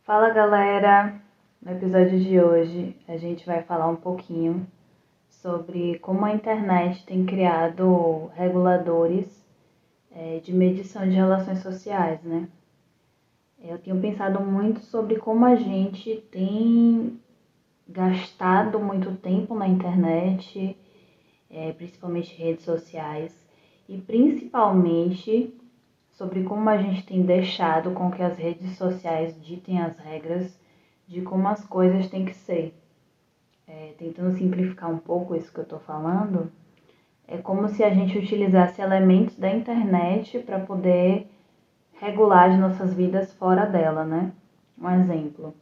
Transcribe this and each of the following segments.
Fala galera! No episódio de hoje a gente vai falar um pouquinho sobre como a internet tem criado reguladores de medição de relações sociais, né? Eu tenho pensado muito sobre como a gente tem gastado muito tempo na internet, principalmente redes sociais, e principalmente sobre como a gente tem deixado com que as redes sociais ditem as regras de como as coisas têm que ser. Tentando simplificar um pouco isso que eu estou falando, é como se a gente utilizasse elementos da internet para poder regular as nossas vidas fora dela, né? Um exemplo,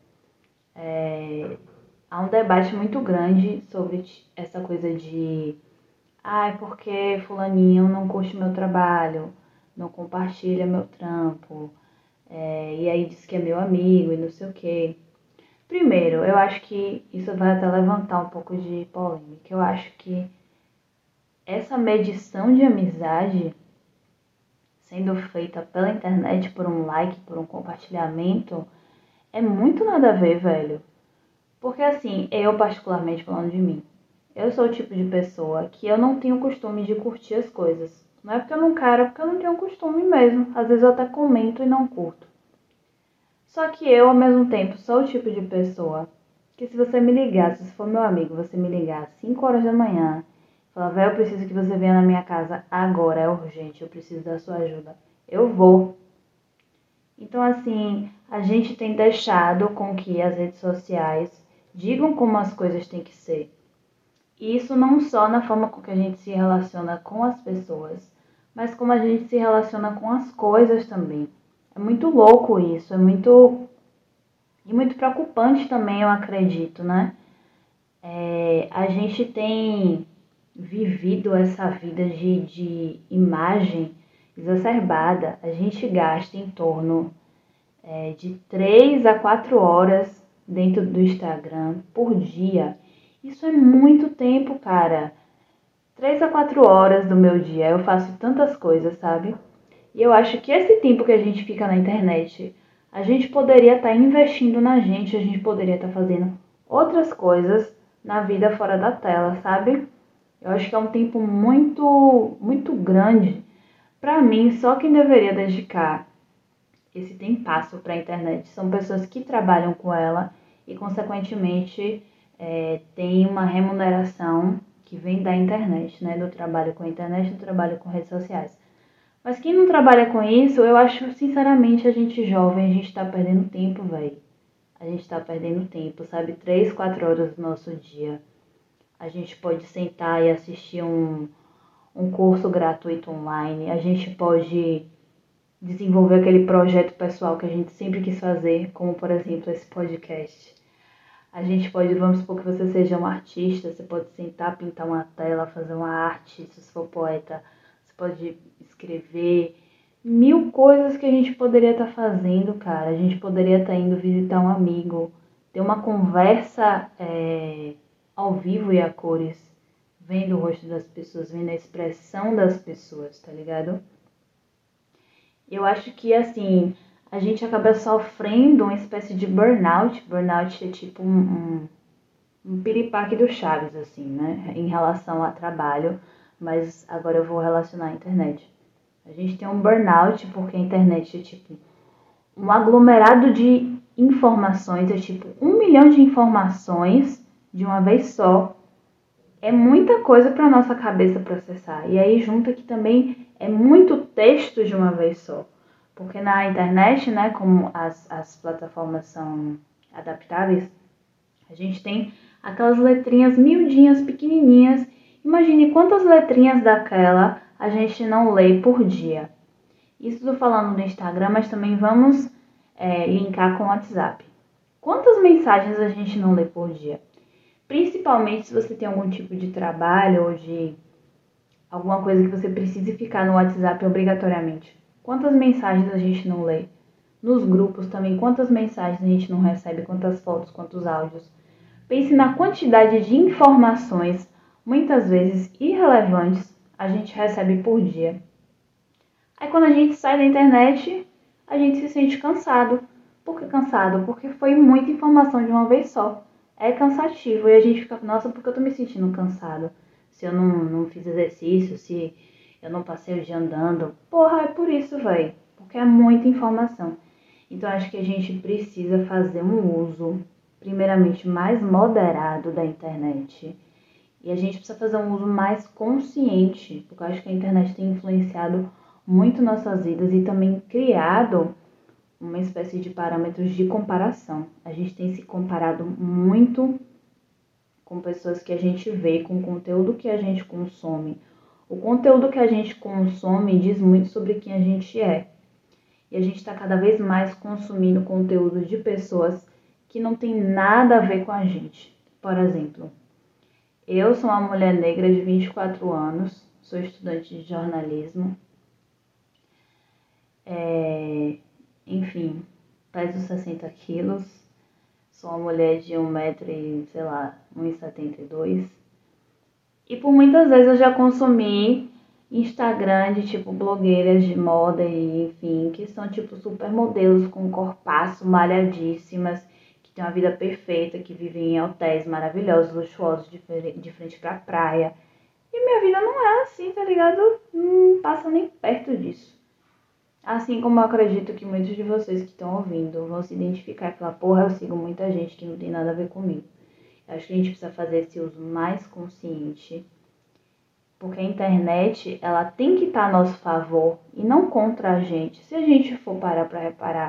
há um debate muito grande sobre essa coisa de porque fulaninho não curte meu trabalho, não compartilha meu trampo, e aí diz que é meu amigo e não sei o quê. Primeiro, eu acho que isso vai até levantar um pouco de polêmica. Eu acho que essa medição de amizade sendo feita pela internet por um like, por um compartilhamento, é muito nada a ver, velho. Porque assim, eu particularmente falando de mim, eu sou o tipo de pessoa que eu não tenho costume de curtir as coisas. Não é porque eu não quero, é porque eu não tenho costume mesmo. Às vezes eu até comento e não curto. Só que eu, ao mesmo tempo, sou o tipo de pessoa que se você me ligar, se for meu amigo, você me ligar às 5 horas da manhã, falar, velho, eu preciso que você venha na minha casa agora, é urgente, eu preciso da sua ajuda. Eu vou. Então, assim, a gente tem deixado com que as redes sociais digam como as coisas têm que ser. E isso não só na forma com que a gente se relaciona com as pessoas, mas como a gente se relaciona com as coisas também. É muito louco isso, muito preocupante também, eu acredito, né? A gente tem vivido essa vida de imagem exacerbada. A gente gasta em torno de 3 a 4 horas dentro do Instagram por dia. Isso é muito tempo, cara. 3 a 4 horas do meu dia eu faço tantas coisas, sabe? E eu acho que esse tempo que a gente fica na internet, a gente poderia estar investindo na gente, a gente poderia estar fazendo outras coisas na vida fora da tela, sabe? Eu acho que é um tempo muito grande. Pra mim, só quem deveria dedicar esse tempasso para a internet são pessoas que trabalham com ela e, consequentemente, tem uma remuneração que vem da internet, né? Do trabalho com a internet, do trabalho com redes sociais. Mas quem não trabalha com isso, eu acho, sinceramente, a gente jovem, a gente tá perdendo tempo, velho. A gente tá perdendo tempo, sabe? 3, 4 horas do nosso dia. A gente pode sentar e assistir um curso gratuito online. A gente pode desenvolver aquele projeto pessoal que a gente sempre quis fazer, como, por exemplo, esse podcast. A gente pode, vamos supor que você seja um artista, você pode sentar, pintar uma tela, fazer uma arte, se você for poeta, você pode escrever, mil coisas que a gente poderia estar fazendo, cara. A gente poderia estar indo visitar um amigo, ter uma conversa ao vivo e a cores, vendo o rosto das pessoas, vendo a expressão das pessoas, tá ligado? Eu acho que, assim, a gente acaba sofrendo uma espécie de burnout. Burnout é tipo um piripaque do Chaves, assim, né? Em relação a trabalho, mas agora eu vou relacionar a internet. A gente tem um burnout porque a internet é tipo um aglomerado de informações, é tipo 1 milhão de informações de uma vez só. É muita coisa para nossa cabeça processar. E aí junta que também é muito texto de uma vez só. Porque na internet, né, como as plataformas são adaptáveis, a gente tem aquelas letrinhas miudinhas, pequenininhas. Imagine quantas letrinhas daquela a gente não lê por dia. Isso estou falando do Instagram, mas também vamos linkar com o WhatsApp. Quantas mensagens a gente não lê por dia? Principalmente se você tem algum tipo de trabalho ou de alguma coisa que você precise ficar no WhatsApp obrigatoriamente. Quantas mensagens a gente não lê? Nos grupos também, quantas mensagens a gente não recebe, quantas fotos, quantos áudios. Pense na quantidade de informações, muitas vezes irrelevantes, a gente recebe por dia. Aí quando a gente sai da internet, a gente se sente cansado, Por que cansado? Porque foi muita informação de uma vez só. É cansativo e a gente fica, nossa, porque eu tô me sentindo cansado? Se eu não fiz exercício, se eu não passei o dia andando. Porra, é por isso, véi. Porque é muita informação. Então acho que a gente precisa fazer um uso, primeiramente, mais moderado da internet. E a gente precisa fazer um uso mais consciente, porque eu acho que a internet tem influenciado muito nossas vidas e também criado uma espécie de parâmetros de comparação. A gente tem se comparado muito com pessoas que a gente vê, com o conteúdo que a gente consome. O conteúdo que a gente consome diz muito sobre quem a gente é. E a gente está cada vez mais consumindo conteúdo de pessoas que não tem nada a ver com a gente. Por exemplo, eu sou uma mulher negra de 24 anos, sou estudante de jornalismo, enfim, peso 60 quilos, sou uma mulher de 1 metro e, sei lá, 1,72 e por muitas vezes eu já consumi Instagram de tipo blogueiras de moda e enfim, que são tipo supermodelos com corpaço, malhadíssimas, que têm uma vida perfeita, que vivem em hotéis maravilhosos, luxuosos, de frente pra praia. E minha vida não é assim, tá ligado? Não passa nem perto disso. Assim como eu acredito que muitos de vocês que estão ouvindo vão se identificar e falar, porra, eu sigo muita gente que não tem nada a ver comigo. Eu acho que a gente precisa fazer esse uso mais consciente, porque a internet, ela tem que estar a nosso favor e não contra a gente. Se a gente for parar pra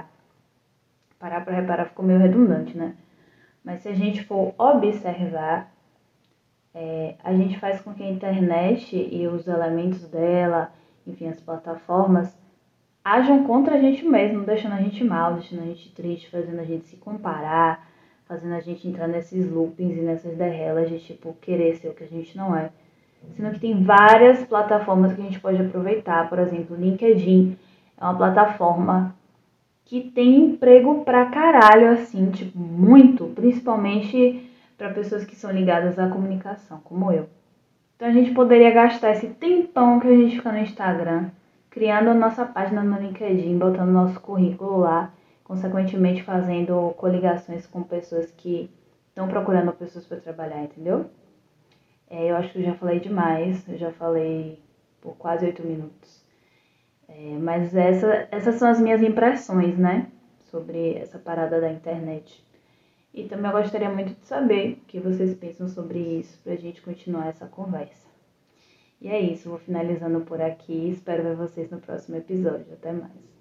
reparar ficou meio redundante, né? Mas se a gente for observar, a gente faz com que a internet e os elementos dela, enfim, as plataformas, ajam contra a gente mesmo, deixando a gente mal, deixando a gente triste, fazendo a gente se comparar, fazendo a gente entrar nesses loopings e nessas derrelas de, tipo, querer ser o que a gente não é. Sendo que tem várias plataformas que a gente pode aproveitar. Por exemplo, o LinkedIn é uma plataforma que tem emprego pra caralho, assim, tipo, muito, principalmente para pessoas que são ligadas à comunicação, como eu. Então a gente poderia gastar esse tempão que a gente fica no Instagram, criando a nossa página no LinkedIn, botando nosso currículo lá, consequentemente fazendo coligações com pessoas que estão procurando pessoas para trabalhar, entendeu? Eu acho que eu já falei demais, eu já falei por quase 8 minutos. Mas essas são as minhas impressões, né? Sobre essa parada da internet. E também eu gostaria muito de saber o que vocês pensam sobre isso, pra gente continuar essa conversa. E é isso, vou finalizando por aqui. Espero ver vocês no próximo episódio. Até mais.